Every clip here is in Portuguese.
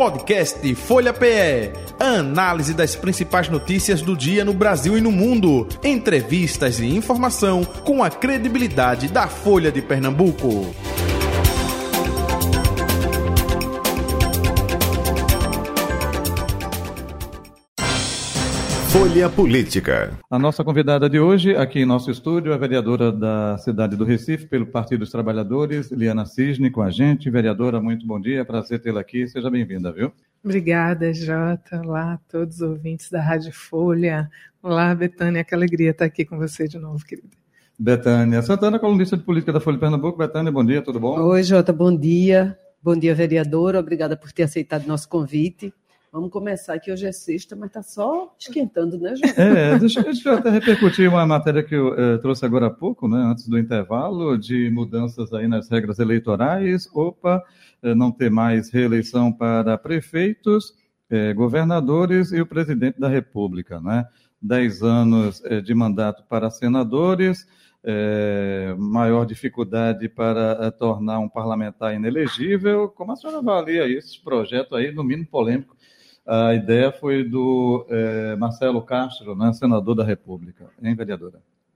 Podcast Folha PE. A análise das principais notícias do dia no Brasil e no mundo. Entrevistas e informação com a credibilidade da Folha de Pernambuco. Folha Política. A nossa convidada de hoje, aqui em nosso estúdio, é a vereadora da cidade do Recife, pelo Partido dos Trabalhadores, Liana Cisne, com a gente. Vereadora, muito bom dia, prazer tê-la aqui, seja bem-vinda, viu? Obrigada, Jota. Olá a todos os ouvintes da Rádio Folha. Olá, Betânia, que alegria estar aqui com você de novo, querida. Betânia Santana, colunista de política da Folha de Pernambuco. Betânia, bom dia, tudo bom? Oi, Jota, bom dia. Bom dia, vereadora, obrigada por ter aceitado nosso convite. Vamos começar aqui, hoje é sexta, mas está só esquentando, né, João? Deixa eu até repercutir uma matéria que eu trouxe agora há pouco, né, antes do intervalo, de mudanças aí nas regras eleitorais. Não ter mais reeleição para prefeitos, governadores e o presidente da República, né? 10 anos de mandato para senadores, maior dificuldade para tornar um parlamentar inelegível. Como a senhora avalia esse projeto aí, no mínimo polêmico? A ideia foi do Marcelo Castro, né, senador da República. Hein, vereadora?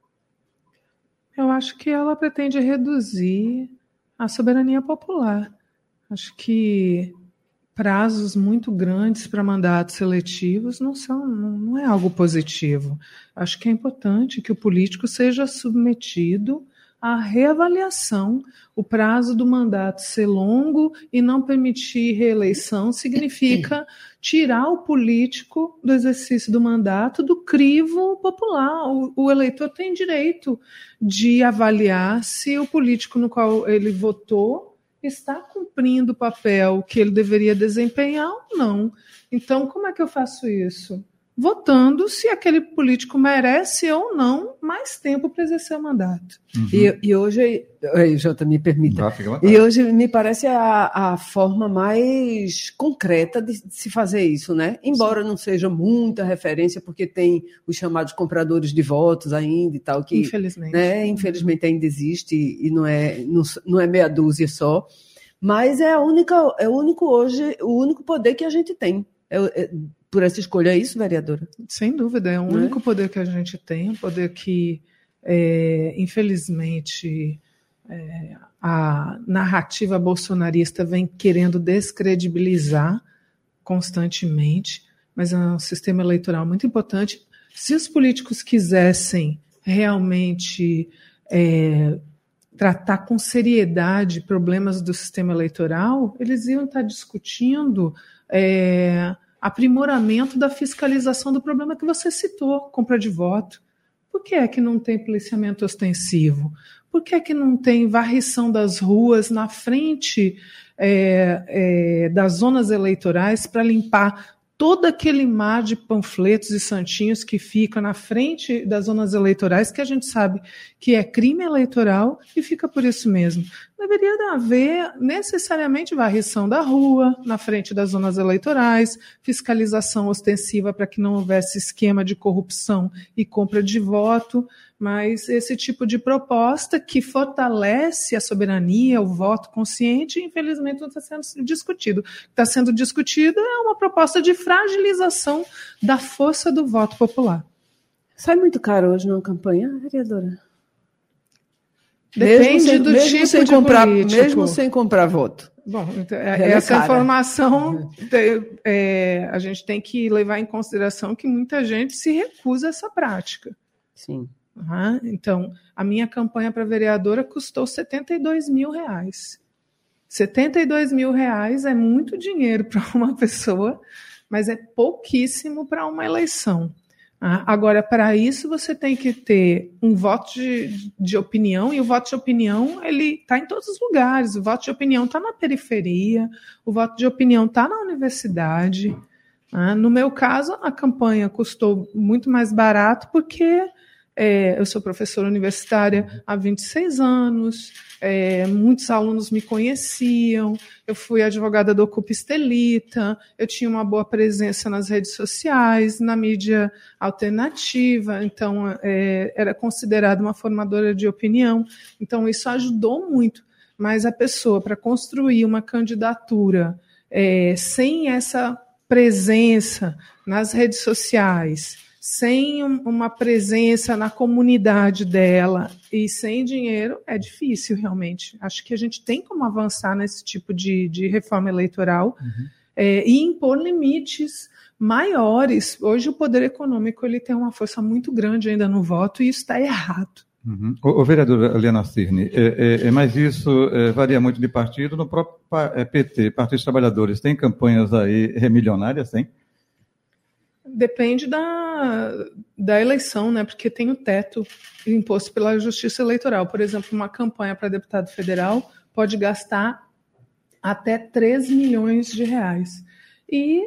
Eu acho que ela pretende reduzir a soberania popular. Acho que prazos muito grandes para mandatos seletivos não é algo positivo. Acho que é importante que o político seja submetido à reavaliação. O prazo do mandato ser longo e não permitir reeleição significa tirar o político do exercício do mandato do crivo popular. O eleitor tem direito de avaliar se o político no qual ele votou está cumprindo o papel que ele deveria desempenhar ou não. Então, como é que eu faço isso? Votando se aquele político merece ou não mais tempo para exercer o mandato. Uhum. E hoje, Jota, me permita, e hoje me parece a forma mais concreta de se fazer isso, né? Embora não seja muita referência, porque tem os chamados compradores de votos ainda e tal, que infelizmente, né, infelizmente ainda existe e não é meia dúzia só, mas é o único poder que a gente tem. Por essa escolha, é isso, vereadora? Sem dúvida, é o único poder que a gente tem, um poder que, infelizmente, a narrativa bolsonarista vem querendo descredibilizar constantemente, mas é um sistema eleitoral muito importante. Se os políticos quisessem realmente tratar com seriedade problemas do sistema eleitoral, eles iam estar discutindo aprimoramento da fiscalização do problema que você citou, compra de voto. Por que é que não tem policiamento ostensivo? Por que é que não tem varrição das ruas na frente das zonas eleitorais para limpar todo aquele mar de panfletos e santinhos que fica na frente das zonas eleitorais, que a gente sabe que é crime eleitoral e fica por isso mesmo? Deveria haver necessariamente varrição da rua, na frente das zonas eleitorais, fiscalização ostensiva para que não houvesse esquema de corrupção e compra de voto, mas esse tipo de proposta que fortalece a soberania, o voto consciente, infelizmente não está sendo discutido. O que está sendo discutido é uma proposta de fragilização da força do voto popular. Sai muito caro hoje numa campanha, vereadora? Depende do tipo de político. Mesmo sem comprar voto. Bom, então, essa informação a gente tem que levar em consideração que muita gente se recusa a essa prática. Sim. Então, a minha campanha para vereadora custou R$72 mil. R$72 mil é muito dinheiro para uma pessoa, mas é pouquíssimo para uma eleição. Agora, para isso, você tem que ter um voto de opinião, e o voto de opinião ele está em todos os lugares. O voto de opinião está na periferia, o voto de opinião está na universidade. No meu caso, a campanha custou muito mais barato porque eu sou professora universitária há 26 anos, muitos alunos me conheciam, eu fui advogada do Ocupa Estelita, eu tinha uma boa presença nas redes sociais, na mídia alternativa, então era considerada uma formadora de opinião, então isso ajudou muito, mas a pessoa, para construir uma candidatura sem essa presença nas redes sociais, sem uma presença na comunidade dela e sem dinheiro, é difícil realmente. Acho que a gente tem como avançar nesse tipo de reforma eleitoral e impor limites maiores. Hoje o poder econômico ele tem uma força muito grande ainda no voto e isso está errado. O vereador Liana Cirne, mas isso varia muito de partido. No próprio PT, Partido dos Trabalhadores, tem campanhas aí milionárias, tem? Depende da eleição, né? Porque tem o teto imposto pela Justiça Eleitoral. Por exemplo, uma campanha para deputado federal pode gastar até 3 milhões de reais. E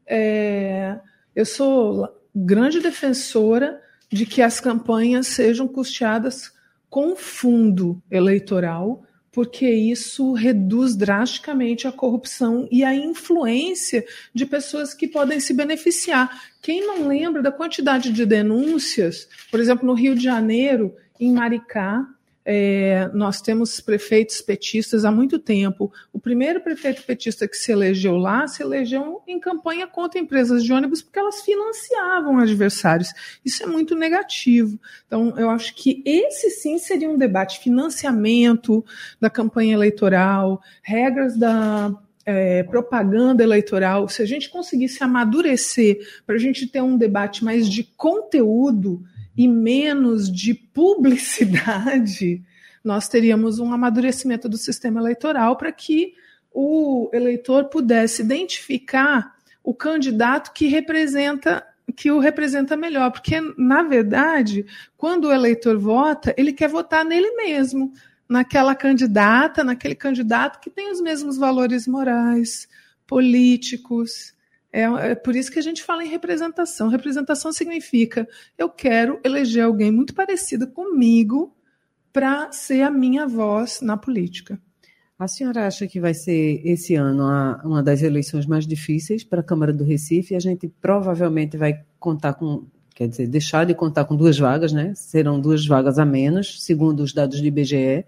eu sou grande defensora de que as campanhas sejam custeadas com fundo eleitoral, porque isso reduz drasticamente a corrupção e a influência de pessoas que podem se beneficiar. Quem não lembra da quantidade de denúncias, por exemplo, no Rio de Janeiro, em Maricá, nós temos prefeitos petistas há muito tempo. O primeiro prefeito petista que se elegeu lá, se elegeu em campanha contra empresas de ônibus porque elas financiavam adversários. Isso é muito negativo. Então, eu acho que esse sim seria um debate. Financiamento da campanha eleitoral, regras da propaganda eleitoral. Se a gente conseguisse amadurecer para a gente ter um debate mais de conteúdo e menos de publicidade, nós teríamos um amadurecimento do sistema eleitoral para que o eleitor pudesse identificar o candidato que o representa melhor. Porque, na verdade, quando o eleitor vota, ele quer votar nele mesmo, naquela candidata, naquele candidato que tem os mesmos valores morais, políticos. É por isso que a gente fala em representação. Representação significa eu quero eleger alguém muito parecido comigo para ser a minha voz na política. A senhora acha que vai ser esse ano uma das eleições mais difíceis para a Câmara do Recife? A gente provavelmente vai contar com, deixar de contar com 2 vagas, né? Serão 2 vagas a menos, segundo os dados do IBGE.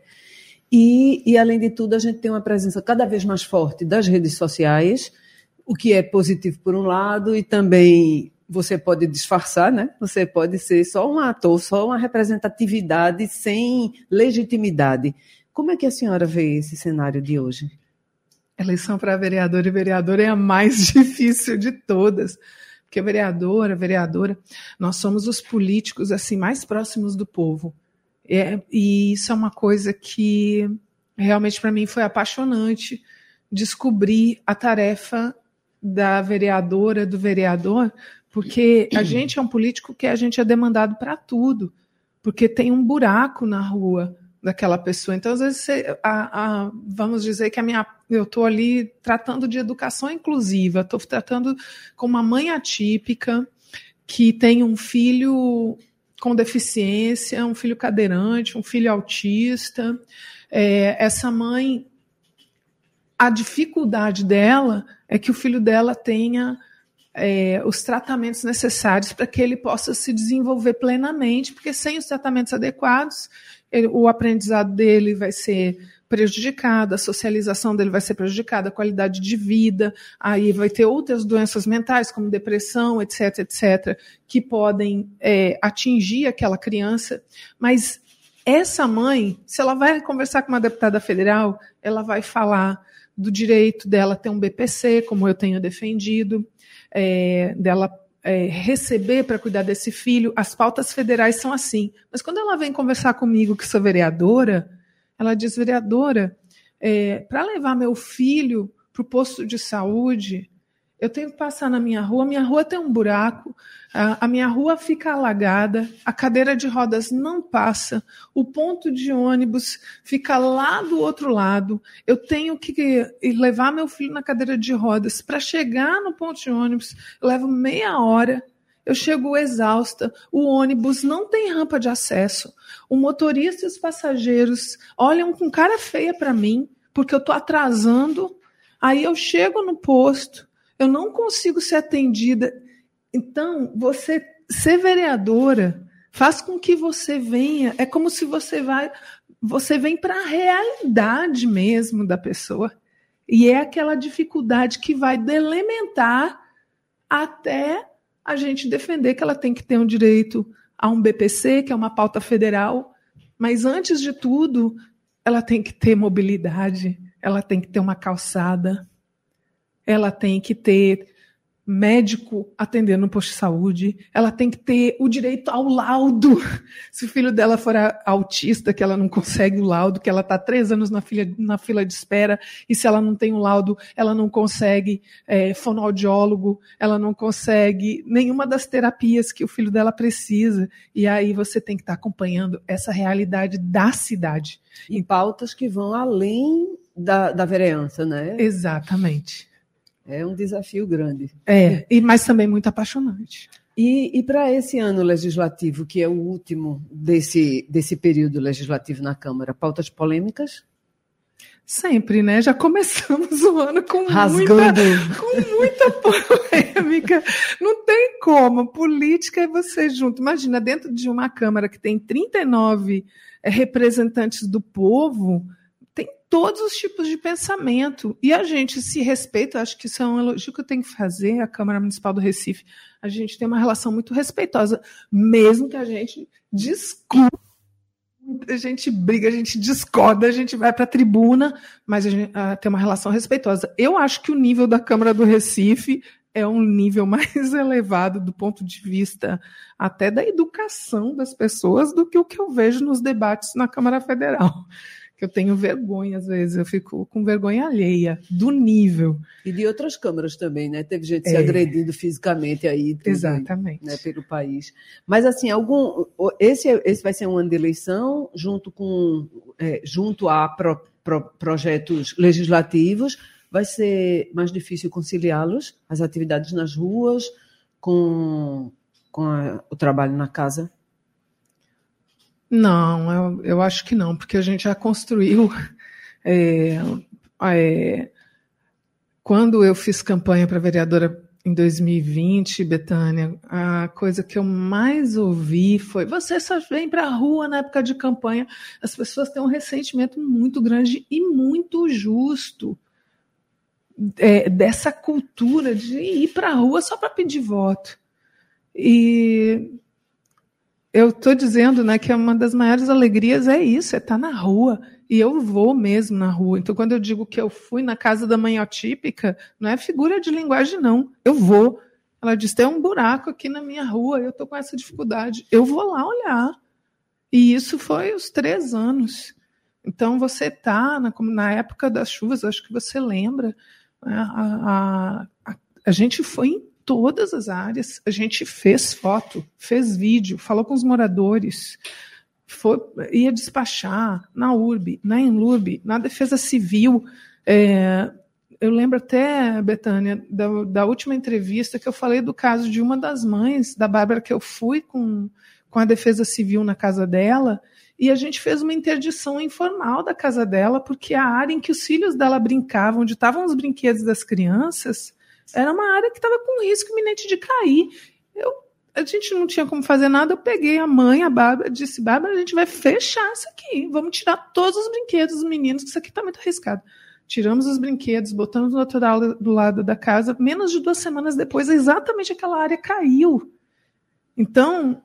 E além de tudo, a gente tem uma presença cada vez mais forte das redes sociais, o que é positivo por um lado, e também você pode disfarçar, né? Você pode ser só um ator, só uma representatividade sem legitimidade. Como é que a senhora vê esse cenário de hoje? Eleição para vereador e vereadora é a mais difícil de todas, porque vereadora, nós somos os políticos assim mais próximos do povo. E isso é uma coisa que realmente para mim foi apaixonante, descobrir a tarefa da vereadora, do vereador, porque a gente é um político que a gente é demandado para tudo, porque tem um buraco na rua daquela pessoa. Então, às vezes, vamos dizer que eu estou ali tratando de educação inclusiva, estou tratando com uma mãe atípica que tem um filho com deficiência, um filho cadeirante, um filho autista. Essa mãe, a dificuldade dela é que o filho dela tenha os tratamentos necessários para que ele possa se desenvolver plenamente, porque sem os tratamentos adequados, o aprendizado dele vai ser prejudicado, a socialização dele vai ser prejudicada, a qualidade de vida, aí vai ter outras doenças mentais, como depressão, etc., que podem atingir aquela criança. Mas essa mãe, se ela vai conversar com uma deputada federal, ela vai falar do direito dela ter um BPC, como eu tenho defendido, dela receber para cuidar desse filho. As pautas federais são assim. Mas quando ela vem conversar comigo, que sou vereadora, ela diz, vereadora, para levar meu filho para o posto de saúde, eu tenho que passar na minha rua tem um buraco, a minha rua fica alagada, a cadeira de rodas não passa, o ponto de ônibus fica lá do outro lado, eu tenho que levar meu filho na cadeira de rodas. Para chegar no ponto de ônibus, eu levo meia hora, eu chego exausta, o ônibus não tem rampa de acesso, o motorista e os passageiros olham com cara feia para mim, porque eu estou atrasando, aí eu chego no posto, eu não consigo ser atendida. Então, você ser vereadora faz com que você venha, é como se você vem para a realidade mesmo da pessoa. E é aquela dificuldade que vai delimitar até a gente defender que ela tem que ter um direito a um BPC, que é uma pauta federal, mas antes de tudo, ela tem que ter mobilidade, ela tem que ter uma calçada, ela tem que ter médico atendendo no posto de saúde, ela tem que ter o direito ao laudo. Se o filho dela for autista, que ela não consegue o laudo, que ela está 3 anos na fila de espera, e se ela não tem o laudo, ela não consegue fonoaudiólogo, ela não consegue nenhuma das terapias que o filho dela precisa. E aí você tem que estar acompanhando essa realidade da cidade. E pautas que vão além da vereança, né? Exatamente. É um desafio grande. Mas também muito apaixonante. E para esse ano legislativo, que é o último desse período legislativo na Câmara, pautas polêmicas? Sempre, né? Já começamos o ano com muita polêmica. Não tem como. Política é você junto. Imagina, dentro de uma Câmara que tem 39 representantes do povo, tem todos os tipos de pensamento. E a gente se respeita, acho que isso é um elogio que eu tenho que fazer, a Câmara Municipal do Recife. A gente tem uma relação muito respeitosa, mesmo que a gente discuta, a gente briga, a gente discorda, a gente vai para a tribuna, mas a gente tem uma relação respeitosa. Eu acho que o nível da Câmara do Recife é um nível mais elevado do ponto de vista até da educação das pessoas do que o que eu vejo nos debates na Câmara Federal. Que eu tenho vergonha, às vezes, eu fico com vergonha alheia do nível. E de outras câmaras também, né? Teve gente se agredindo fisicamente aí. Exatamente. Né, pelo país. Mas, assim, esse vai ser um ano de eleição, junto a projetos legislativos, vai ser mais difícil conciliá-los, as atividades nas ruas, com o trabalho na casa? Não, eu acho que não, porque a gente já construiu. Quando eu fiz campanha para vereadora em 2020, Betânia, a coisa que eu mais ouvi foi: você só vem para a rua na época de campanha. As pessoas têm um ressentimento muito grande e muito justo dessa cultura de ir para a rua só para pedir voto. E eu estou dizendo, né, que uma das maiores alegrias é isso, é estar na rua. E eu vou mesmo na rua. Então, quando eu digo que eu fui na casa da mãe autípica, não é figura de linguagem, não. Eu vou. Ela disse: tem um buraco aqui na minha rua, eu estou com essa dificuldade. Eu vou lá olhar. E isso foi os 3 anos. Então, você está na época das chuvas, acho que você lembra, a gente foi em todas as áreas, a gente fez foto, fez vídeo, falou com os moradores, ia despachar na URB, na Enlurb, na Defesa Civil. Eu lembro até, Betânia, da última entrevista que eu falei do caso de uma das mães, da Bárbara, que eu fui com a Defesa Civil na casa dela, e a gente fez uma interdição informal da casa dela, porque a área em que os filhos dela brincavam, onde estavam os brinquedos das crianças, era uma área que estava com risco iminente de cair. A gente não tinha como fazer nada, eu peguei a mãe, a Bárbara, disse: Bárbara, a gente vai fechar isso aqui, vamos tirar todos os brinquedos dos meninos, que isso aqui está muito arriscado. Tiramos os brinquedos, botamos no outro do lado da casa, menos de 2 semanas depois, exatamente aquela área caiu. Então,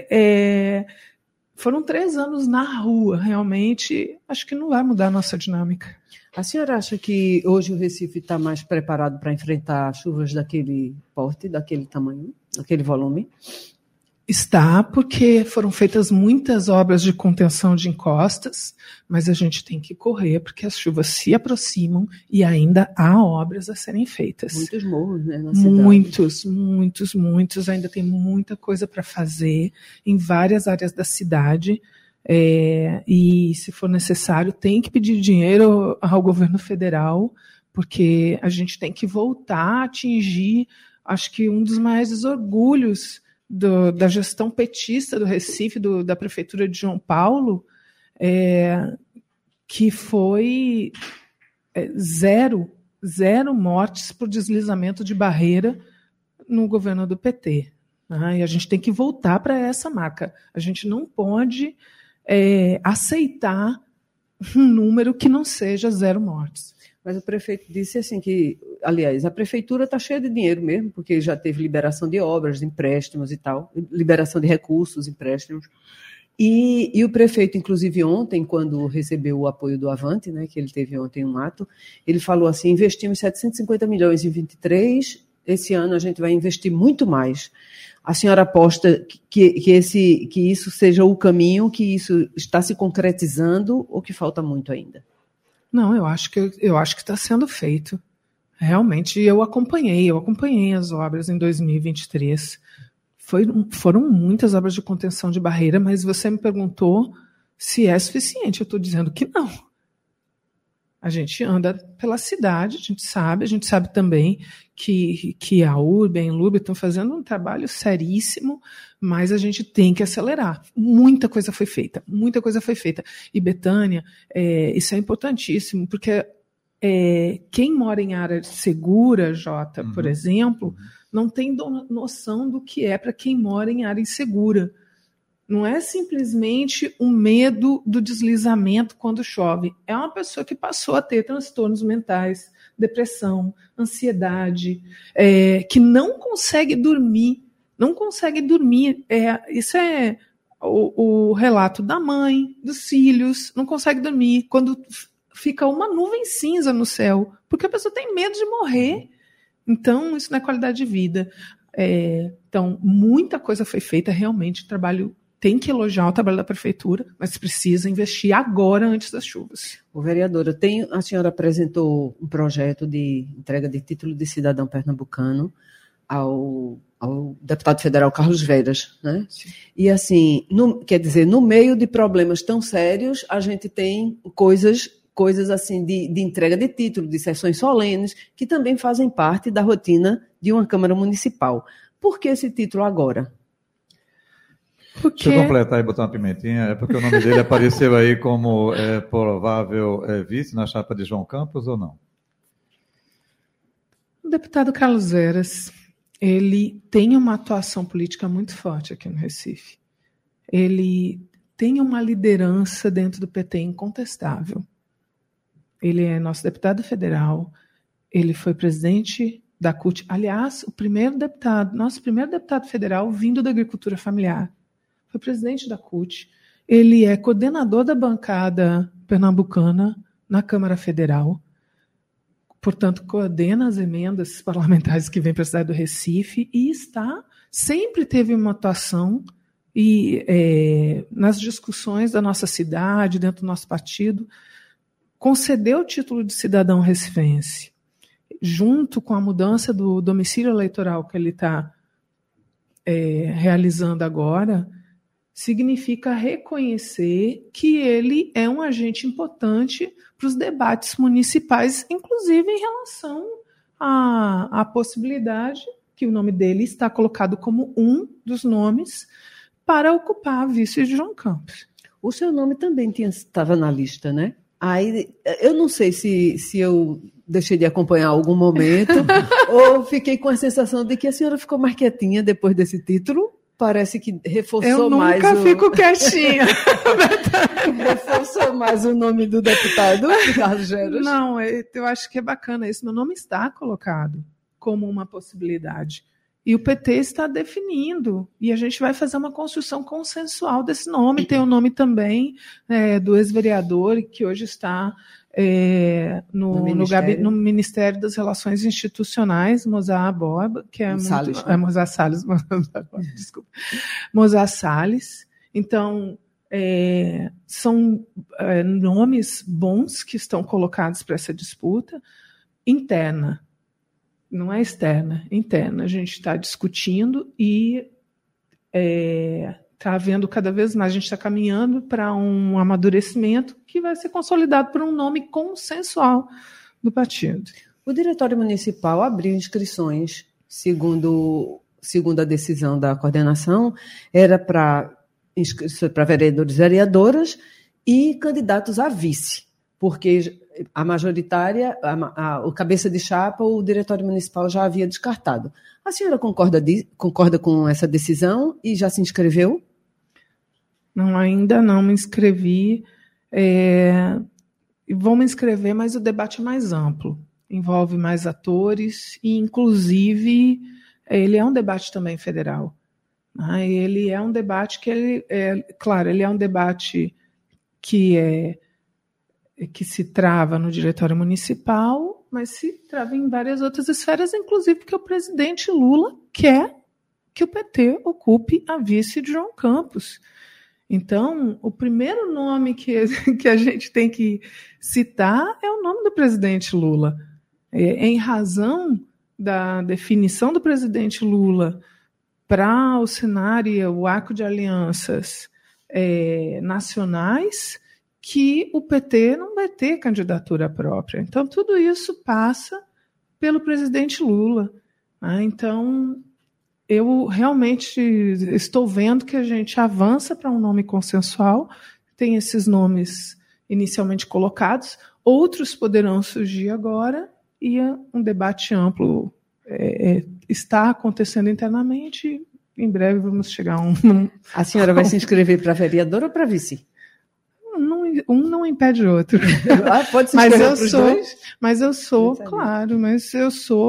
foram 3 anos na rua, realmente, acho que não vai mudar a nossa dinâmica. A senhora acha que hoje o Recife está mais preparado para enfrentar chuvas daquele porte, daquele tamanho, daquele volume? Está, porque foram feitas muitas obras de contenção de encostas, mas a gente tem que correr, porque as chuvas se aproximam e ainda há obras a serem feitas. Muitos morros, né, na cidade. Muitos. Ainda tem muita coisa para fazer em várias áreas da cidade. E, se for necessário, tem que pedir dinheiro ao governo federal, porque a gente tem que voltar a atingir, acho que um dos maiores orgulhos da gestão petista do Recife, da Prefeitura de João Paulo, que foi zero mortes por deslizamento de barreira no governo do PT. E a gente tem que voltar para essa marca. A gente não pode aceitar um número que não seja 0 mortes. Mas o prefeito disse assim que, aliás, a prefeitura está cheia de dinheiro mesmo, porque já teve liberação de obras, de empréstimos e tal, liberação de recursos, empréstimos. E o prefeito, inclusive ontem, quando recebeu o apoio do Avante, né, que ele teve ontem um ato, ele falou assim, investimos 750 milhões em 23, esse ano a gente vai investir muito mais. A senhora aposta que isso seja o caminho, que isso está se concretizando ou que falta muito ainda? Não, eu acho que está sendo feito. Realmente, eu acompanhei as obras em 2023. Foram muitas obras de contenção de barreira, mas você me perguntou se é suficiente. Eu estou dizendo que não. A gente anda pela cidade, a gente sabe também que a URB e a Inlub estão fazendo um trabalho seríssimo, mas a gente tem que acelerar. Muita coisa foi feita. E, Betânia, isso é importantíssimo, porque quem mora em área segura, Jota, por exemplo, não tem noção do que é para quem mora em área insegura. Não é simplesmente um medo do deslizamento quando chove. É uma pessoa que passou a ter transtornos mentais, depressão, ansiedade, que não consegue dormir. Isso é o relato da mãe, dos filhos, não consegue dormir. Quando fica uma nuvem cinza no céu, porque a pessoa tem medo de morrer. Então, isso não é qualidade de vida. Então, muita coisa foi feita, realmente, o trabalho. Tem que elogiar o trabalho da prefeitura, mas precisa investir agora, antes das chuvas. O vereadora, a senhora apresentou um projeto de entrega de título de cidadão pernambucano ao deputado federal Carlos Veras, né? Sim. E assim, quer dizer, no meio de problemas tão sérios, a gente tem coisas assim de entrega de título, de sessões solenes, que também fazem parte da rotina de uma Câmara Municipal. Por que esse título agora? Deixa eu completar e botar uma pimentinha. É porque o nome dele apareceu aí como provável vice na chapa de João Campos ou não? O deputado Carlos Veras, ele tem uma atuação política muito forte aqui no Recife. Ele tem uma liderança dentro do PT incontestável. Ele é nosso deputado federal, ele foi presidente da CUT. Aliás, nosso primeiro deputado federal vindo da agricultura familiar. Foi presidente da CUT, ele é coordenador da bancada pernambucana na Câmara Federal, portanto, coordena as emendas parlamentares que vêm para a cidade do Recife e sempre teve uma atuação nas discussões da nossa cidade, dentro do nosso partido, concedeu o título de cidadão recifense, junto com a mudança do domicílio eleitoral que ele está realizando agora, significa reconhecer que ele é um agente importante para os debates municipais, inclusive em relação à possibilidade que o nome dele está colocado como um dos nomes para ocupar a vice de João Campos. O seu nome também estava na lista, né? Aí, eu não sei se eu deixei de acompanhar algum momento ou fiquei com a sensação de que a senhora ficou mais quietinha depois desse título. Parece que reforçou mais. Eu nunca fico quietinha. Reforçou mais o nome do deputado, Carlos Veras. Não, eu acho que é bacana isso. Meu nome está colocado como uma possibilidade. E o PT está definindo. E a gente vai fazer uma construção consensual desse nome. Tem o nome também do ex-vereador, que hoje está no Ministério das Relações Institucionais, Mozar Borba, que é Salles, muito... Mozar Salles, desculpa. Mozar Salles. Então, são nomes bons que estão colocados para essa disputa interna. Não é externa, interna. A gente está discutindo e está havendo cada vez mais, a gente está caminhando para um amadurecimento que vai ser consolidado por um nome consensual do partido. O Diretório Municipal abriu inscrições, segundo a decisão da coordenação, era para vereadores e vereadoras e candidatos a vice, porque a majoritária, o cabeça de chapa, o Diretório Municipal já havia descartado. A senhora concorda com essa decisão e já se inscreveu? Não, ainda não me inscrevi. vou me inscrever, mas o debate é mais amplo, envolve mais atores e, inclusive, ele é um debate também federal. Ele é um debate que claro, ele é um debate que se trava no diretório municipal, mas se trava em várias outras esferas, inclusive porque o presidente Lula quer que o PT ocupe a vice de João Campos. Então, o primeiro nome que a gente tem que citar é o nome do presidente Lula. Em razão da definição do presidente Lula para o cenário, o arco de alianças nacionais, que o PT não vai ter candidatura própria. Então, tudo isso passa pelo presidente Lula. Então, eu realmente estou vendo que a gente avança para um nome consensual, tem esses nomes inicialmente colocados, outros poderão surgir agora, e um debate amplo está acontecendo internamente, em breve vamos chegar a um... A senhora vai se inscrever para vereadora ou para vice? Um não impede o outro. Pode se inscrever para os dois? Mas eu sou, claro, mas eu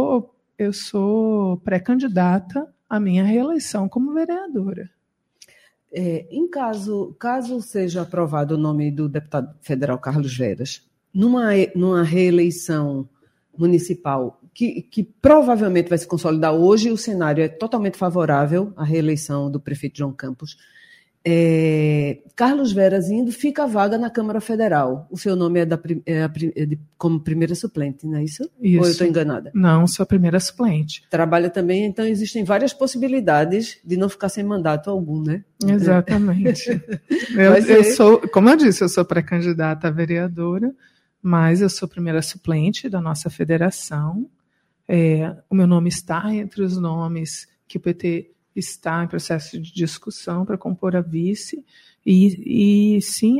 sou pré-candidata à minha reeleição como vereadora. Em caso seja aprovado o nome do deputado federal Carlos Veras, numa reeleição municipal, que provavelmente vai se consolidar hoje, o cenário é totalmente favorável à reeleição do prefeito João Campos, Carlos Veras indo, fica a vaga na Câmara Federal. O seu nome é como primeira suplente, não é isso? Isso. Ou eu estou enganada? Não, sou a primeira suplente. Trabalha também, então existem várias possibilidades de não ficar sem mandato algum, né? Exatamente. eu sou, como eu disse, eu sou pré-candidata a vereadora, mas eu sou primeira suplente da nossa federação. O meu nome está entre os nomes que o PT está em processo de discussão para compor a vice, e sim,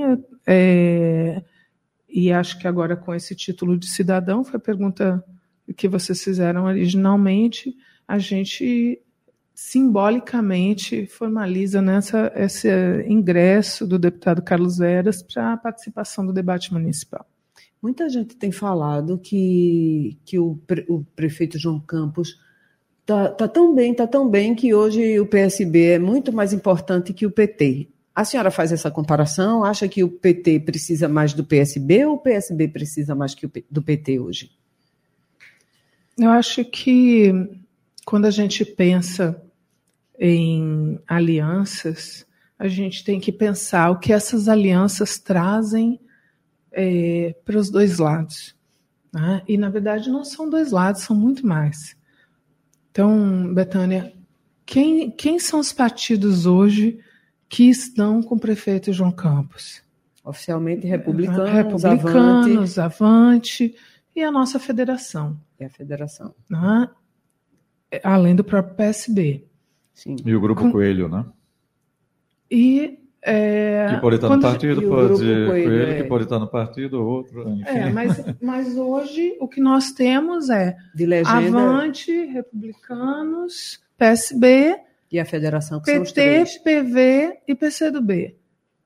e acho que agora com esse título de cidadão, foi a pergunta que vocês fizeram originalmente, a gente simbolicamente formaliza esse ingresso do deputado Carlos Veras para a participação do debate municipal. Muita gente tem falado que o prefeito João Campos Tá tão bem que hoje o PSB é muito mais importante que o PT. A senhora faz essa comparação? Acha que o PT precisa mais do PSB ou o PSB precisa mais do PT hoje? Eu acho que quando a gente pensa em alianças, a gente tem que pensar o que essas alianças trazem para os dois lados. Né? E, na verdade, não são dois lados, são muito mais. Então, Betânia, quem são os partidos hoje que estão com o prefeito João Campos? Oficialmente republicanos, Avante e a nossa federação. É a federação. Né? Além do próprio PSB. Sim. E o Grupo Coelho, né? E... que pode estar no partido, Coelho, que pode estar no partido, outro, enfim. Mas hoje o que nós temos de legenda, Avante, republicanos, PSB, e a federação, que PT, são os três. PV e PCdoB.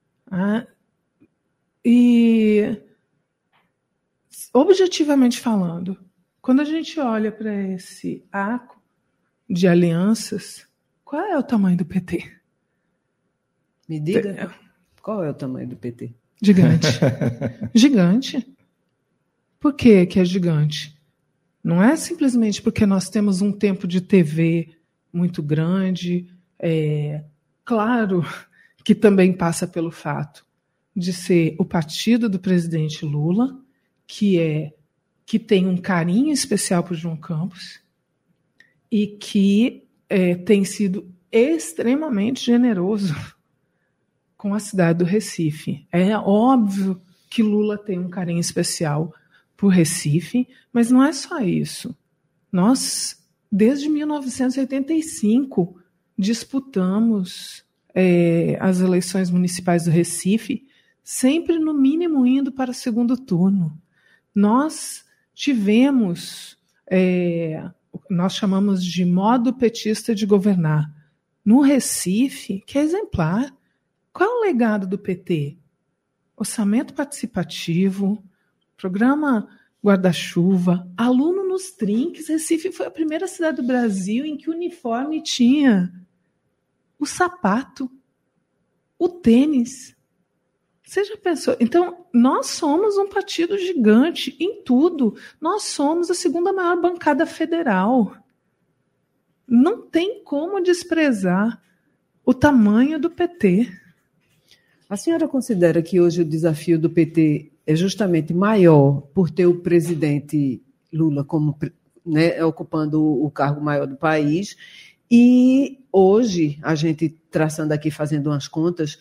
E, objetivamente falando, quando a gente olha para esse arco de alianças, qual é o tamanho do PT? Me diga, qual é o tamanho do PT? Gigante. Gigante. Por que é gigante? Não é simplesmente porque nós temos um tempo de TV muito grande. Claro que também passa pelo fato de ser o partido do presidente Lula, que tem um carinho especial por João Campos e que tem sido extremamente generoso com a cidade do Recife. É óbvio que Lula tem um carinho especial por Recife, mas não é só isso. Nós, desde 1985, disputamos as eleições municipais do Recife, sempre no mínimo indo para o segundo turno. Nós tivemos, nós chamamos de modo petista de governar, no Recife, que é exemplar. Qual é o legado do PT? Orçamento participativo, programa guarda-chuva, aluno nos trinques. Recife foi a primeira cidade do Brasil em que o uniforme tinha o sapato, o tênis. Você já pensou? Então, nós somos um partido gigante em tudo. Nós somos a segunda maior bancada federal. Não tem como desprezar o tamanho do PT. A senhora considera que hoje o desafio do PT é justamente maior por ter o presidente Lula como, né, ocupando o cargo maior do país, e hoje, a gente traçando aqui, fazendo umas contas,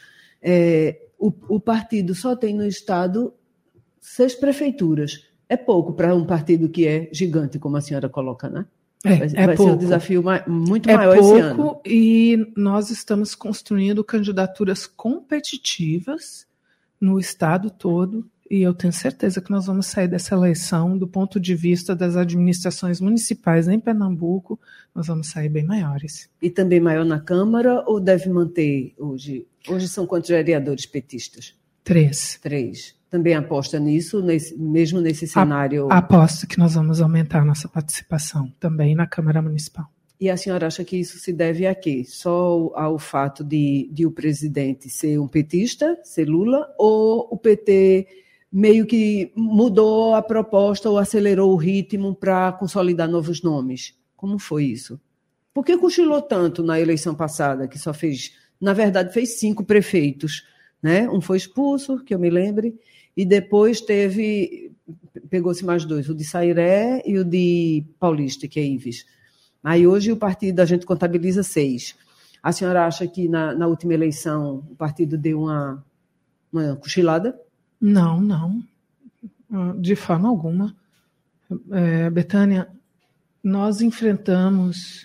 o partido só tem no estado 6 prefeituras. É pouco para um partido que é gigante, como a senhora coloca, né? Vai ser um desafio muito maior esse ano. É pouco, e nós estamos construindo candidaturas competitivas no estado todo, e eu tenho certeza que nós vamos sair dessa eleição, do ponto de vista das administrações municipais em Pernambuco, nós vamos sair bem maiores. E também maior na Câmara, ou deve manter hoje? Hoje são quantos vereadores petistas? 3. Também aposta nisso, mesmo nesse cenário? Aposto que nós vamos aumentar a nossa participação também na Câmara Municipal. E a senhora acha que isso se deve a quê? Só ao fato de o presidente ser um petista, ser Lula, ou o PT meio que mudou a proposta ou acelerou o ritmo para consolidar novos nomes? Como foi isso? Por que cochilou tanto na eleição passada, que só fez 5 prefeitos, né? Um foi expulso, que eu me lembre, e depois pegou-se mais 2, o de Sairé e o de Paulista, que é Ives. Aí hoje o partido, a gente contabiliza 6. A senhora acha que na última eleição o partido deu uma cochilada? Não, de forma alguma. Betânia, nós enfrentamos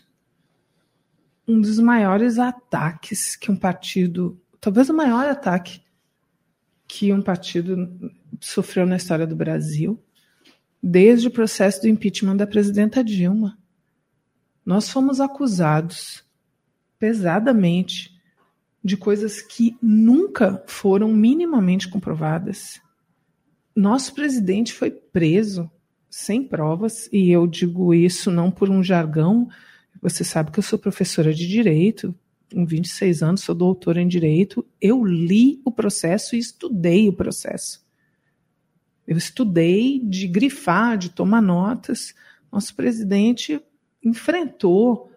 um dos maiores ataques que um partido, talvez o maior ataque que um partido sofreu na história do Brasil, desde o processo do impeachment da presidenta Dilma. Nós fomos acusados pesadamente de coisas que nunca foram minimamente comprovadas. Nosso presidente foi preso sem provas, e eu digo isso não por um jargão. Você sabe que eu sou professora de Direito, com 26 anos, sou doutora em Direito. Eu li o processo e estudei o processo. Eu estudei de grifar, de tomar notas. Nosso presidente enfrentou,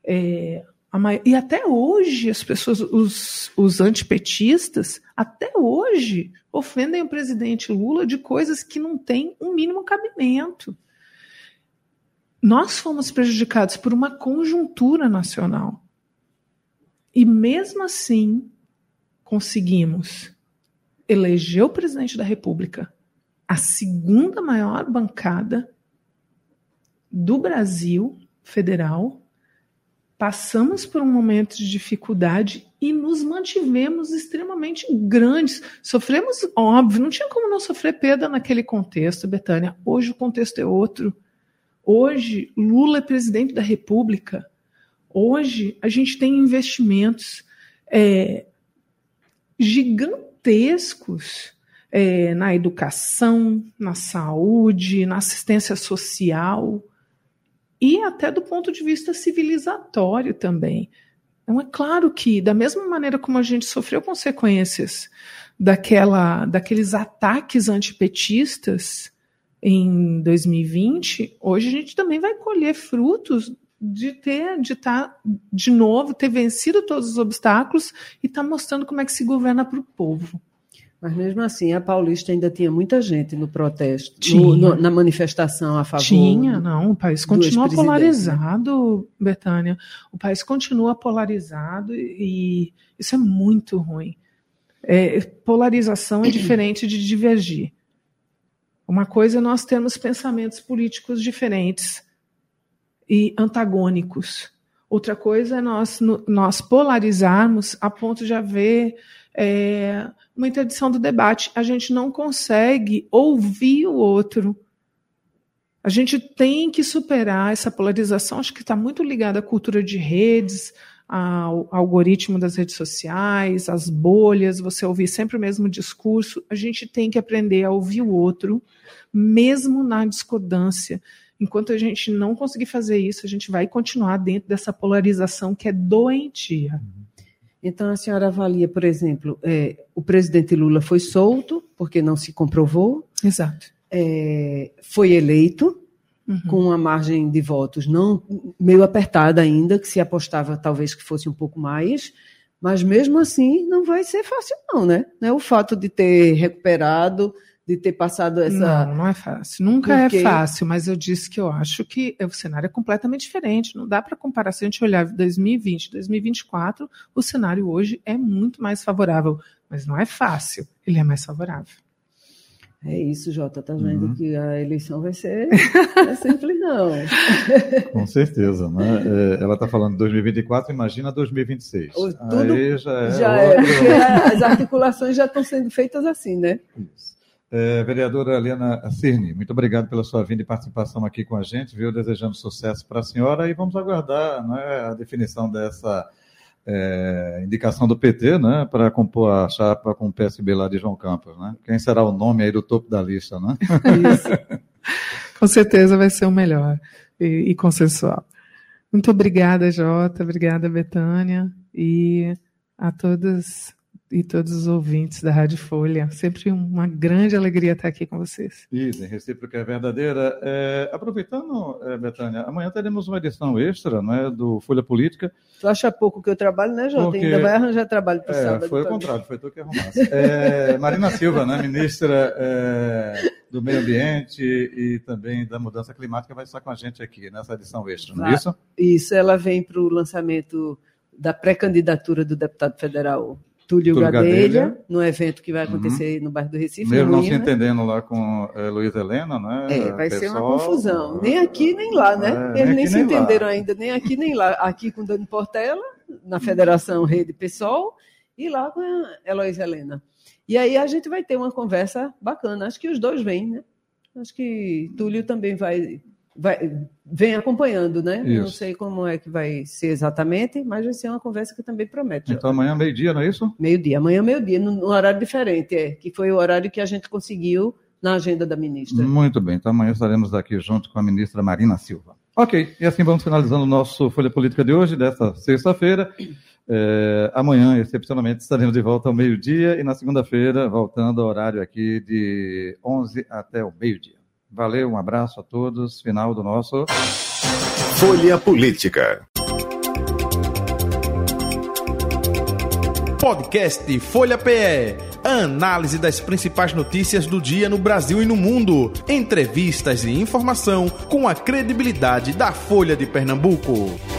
e até hoje as pessoas, os antipetistas, até hoje ofendem o presidente Lula de coisas que não têm um mínimo cabimento. Nós fomos prejudicados por uma conjuntura nacional. E mesmo assim, conseguimos eleger o presidente da República, a segunda maior bancada do Brasil federal, passamos por um momento de dificuldade e nos mantivemos extremamente grandes. Sofremos, óbvio, não tinha como não sofrer perda naquele contexto, Betânia. Hoje o contexto é outro. Hoje, Lula é presidente da República. Hoje, a gente tem investimentos gigantescos na educação, na saúde, na assistência social e até do ponto de vista civilizatório também. Então, é claro que, da mesma maneira como a gente sofreu consequências daqueles ataques antipetistas em 2020, hoje a gente também vai colher frutos de ter vencido todos os obstáculos e estar mostrando como é que se governa para o povo. Mas mesmo assim, a Paulista ainda tinha muita gente no protesto, na manifestação a favor. O país continua polarizado, né? Betânia. O país continua polarizado e isso é muito ruim. Polarização é diferente de divergir. Uma coisa é nós termos pensamentos políticos diferentes e antagônicos. Outra coisa é nós polarizarmos a ponto de haver uma interdição do debate. A gente não consegue ouvir o outro. A gente tem que superar essa polarização, acho que está muito ligada à cultura de redes, ao algoritmo das redes sociais, às bolhas, você ouvir sempre o mesmo discurso. A gente tem que aprender a ouvir o outro, mesmo na discordância. Enquanto a gente não conseguir fazer isso, a gente vai continuar dentro dessa polarização que é doentia. Então, a senhora avalia, por exemplo, o presidente Lula foi solto, porque não se comprovou. Exato. Foi eleito, com uma margem de votos não meio apertada ainda, que se apostava talvez que fosse um pouco mais, mas mesmo assim não vai ser fácil não, né? O fato de ter recuperado, de ter passado essa... Não é fácil. Nunca é fácil, mas eu disse que eu acho que o cenário é completamente diferente. Não dá para comparar. Se a gente olhar 2020, 2024, o cenário hoje é muito mais favorável, mas não é fácil. Ele é mais favorável. É isso, Jota, tá vendo que a eleição vai ser não é simples, não. Com certeza, né? Ela está falando de 2024, imagina 2026. Tudo aí já é porque as articulações já estão sendo feitas assim, né? Isso. Vereadora Helena Cirne, muito obrigado pela sua vinda e participação aqui com a gente, viu? Desejamos sucesso para a senhora e vamos aguardar, né, a definição dessa indicação do PT, né, para compor a chapa com o PSB lá de João Campos, né? Quem será o nome aí do topo da lista, né? Isso. Com certeza vai ser o melhor e consensual. Muito obrigada, Jota, obrigada, Betânia, e a todas e todos os ouvintes da Rádio Folha. Sempre uma grande alegria estar aqui com vocês. Isso, recíproca é verdadeira. Aproveitando, Betânia, amanhã teremos uma edição extra, né, do Folha Política. Tu acha pouco que eu trabalho, né, Jota? Porque... Ainda vai arranjar trabalho para o sábado. Foi o contrário, foi tu que arrumasse. Marina Silva, né, ministra do Meio Ambiente e também da Mudança Climática, vai estar com a gente aqui nessa edição extra, não é isso? Isso, ela vem para o lançamento da pré-candidatura do deputado federal Túlio Gadelha, no evento que vai acontecer no bairro do Recife. Mesmo não se entendendo lá com Luísa Helena, né? Vai ser uma confusão. Nem aqui, nem lá, né? Eles nem se entenderam ainda, nem aqui, nem lá. Aqui com Dani Portela, na Federação Rede PSOL, e lá com a Heloísa Helena. E aí a gente vai ter uma conversa bacana. Acho que os dois vêm, né? Acho que Túlio também vem acompanhando, né? Isso. Não sei como é que vai ser exatamente, mas vai ser uma conversa que também promete. Então amanhã meio-dia, não é isso? Meio-dia, amanhã meio-dia, num horário diferente, que foi o horário que a gente conseguiu na agenda da ministra. Muito bem, então amanhã estaremos aqui junto com a ministra Marina Silva. Ok, e assim vamos finalizando o nosso Folha Política de hoje, desta sexta-feira. Amanhã, excepcionalmente, estaremos de volta ao meio-dia e na segunda-feira, voltando ao horário aqui de 11 até o meio-dia. Valeu, um abraço a todos. Final do nosso Folha Política. Podcast Folha PE. A análise das principais notícias do dia no Brasil e no mundo. Entrevistas e informação com a credibilidade da Folha de Pernambuco.